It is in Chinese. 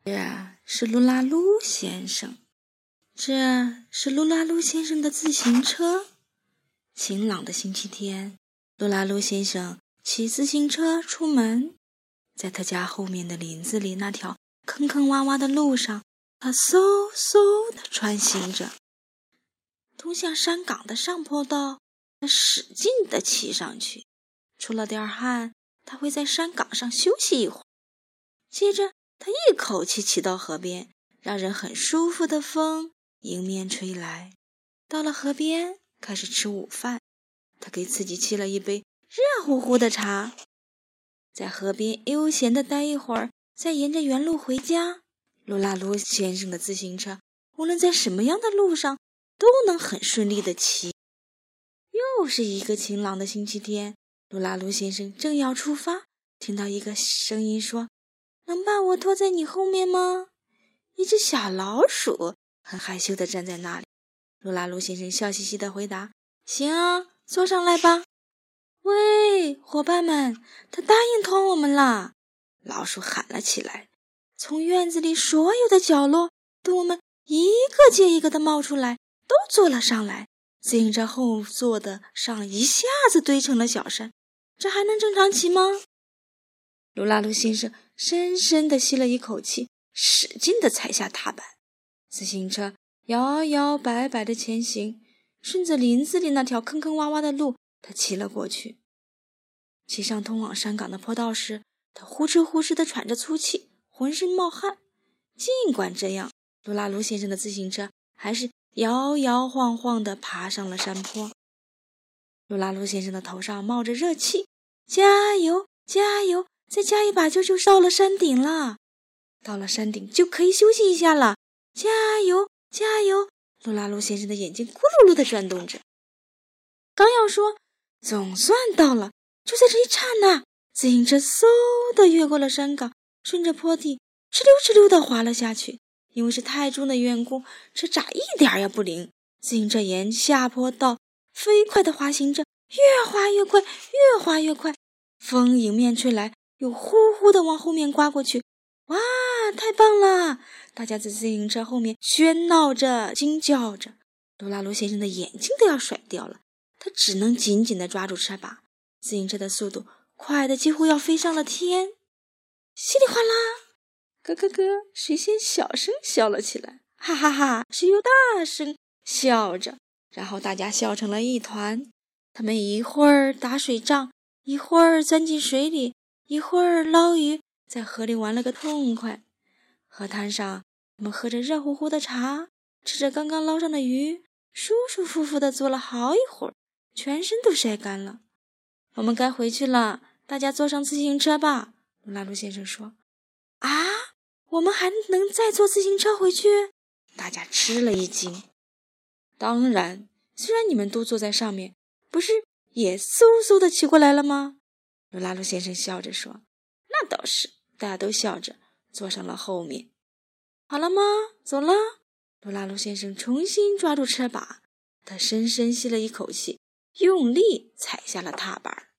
这是噜拉噜先生，这是噜拉噜先生的自行车。晴朗的星期天，噜拉噜先生骑自行车出门，在他家后面的林子里那条坑坑洼洼的路上，他嗖嗖地穿行着。通向山岗的上坡道，他使劲地骑上去，出了点汗，他会在山岗上休息一会儿，接着他一口气骑到河边，让人很舒服的风迎面吹来。到了河边，开始吃午饭，他给自己沏了一杯热乎乎的茶，在河边悠闲地待一会儿，再沿着原路回家。噜拉噜先生的自行车无论在什么样的路上都能很顺利地骑。又是一个晴朗的星期天，噜拉噜先生正要出发，听到一个声音说：“能把我拖在你后面吗？”一只小老鼠很害羞地站在那里。噜拉噜先生笑嘻嘻地回答：“行啊，坐上来吧。”“喂，伙伴们，他答应拖我们啦！”老鼠喊了起来。从院子里所有的角落，动物们一个接一个地冒出来，都坐了上来。自行车后座的上一下子堆成了小山，这还能正常骑吗？噜拉噜先生深深地吸了一口气，使劲地踩下踏板，自行车摇摇摆摆地前行，顺着林子里那条坑坑洼洼的路，他骑了过去。骑上通往山岗的坡道时，他呼哧呼哧地喘着粗气，浑身冒汗。尽管这样，噜拉噜先生的自行车还是摇摇晃晃地爬上了山坡。噜拉噜先生的头上冒着热气，加油加油，再加一把就到了山顶了。到了山顶就可以休息一下了，加油加油！噜拉噜先生的眼睛咕噜噜地转动着。刚要说总算到了，就在这一刹那，自行车嗖地越过了山岗，顺着坡地哧溜哧溜地滑了下去。因为是太重的缘故，车闸一点也不灵，自行车沿下坡道飞快地滑行着，越滑越快，越滑越快。风迎面吹来，又呼呼地往后面刮过去。哇，太棒了！大家在自行车后面喧闹着，惊叫着。噜拉噜先生的眼睛都要甩掉了，他只能紧紧地抓住车把。自行车的速度快得几乎要飞上了天。稀里哗啦，咯咯咯，谁先小声笑了起来，哈哈哈，谁又大声笑着，然后大家笑成了一团。他们一会儿打水仗，一会儿钻进水里，一会儿捞鱼，在河里玩了个痛快。河滩上，他们喝着热乎乎的茶，吃着刚刚捞上的鱼，舒舒服服地坐了好一会儿，全身都晒干了。我们该回去了，大家坐上自行车吧，噜拉噜先生说。啊，我们还能再坐自行车回去？大家吃了一惊。当然，虽然你们都坐在上面，不是也嗖嗖地骑过来了吗？噜拉噜先生笑着说。那倒是，大家都笑着坐上了后面。好了吗？走了。噜拉噜先生重新抓住车把，他深深吸了一口气，用力踩下了踏板。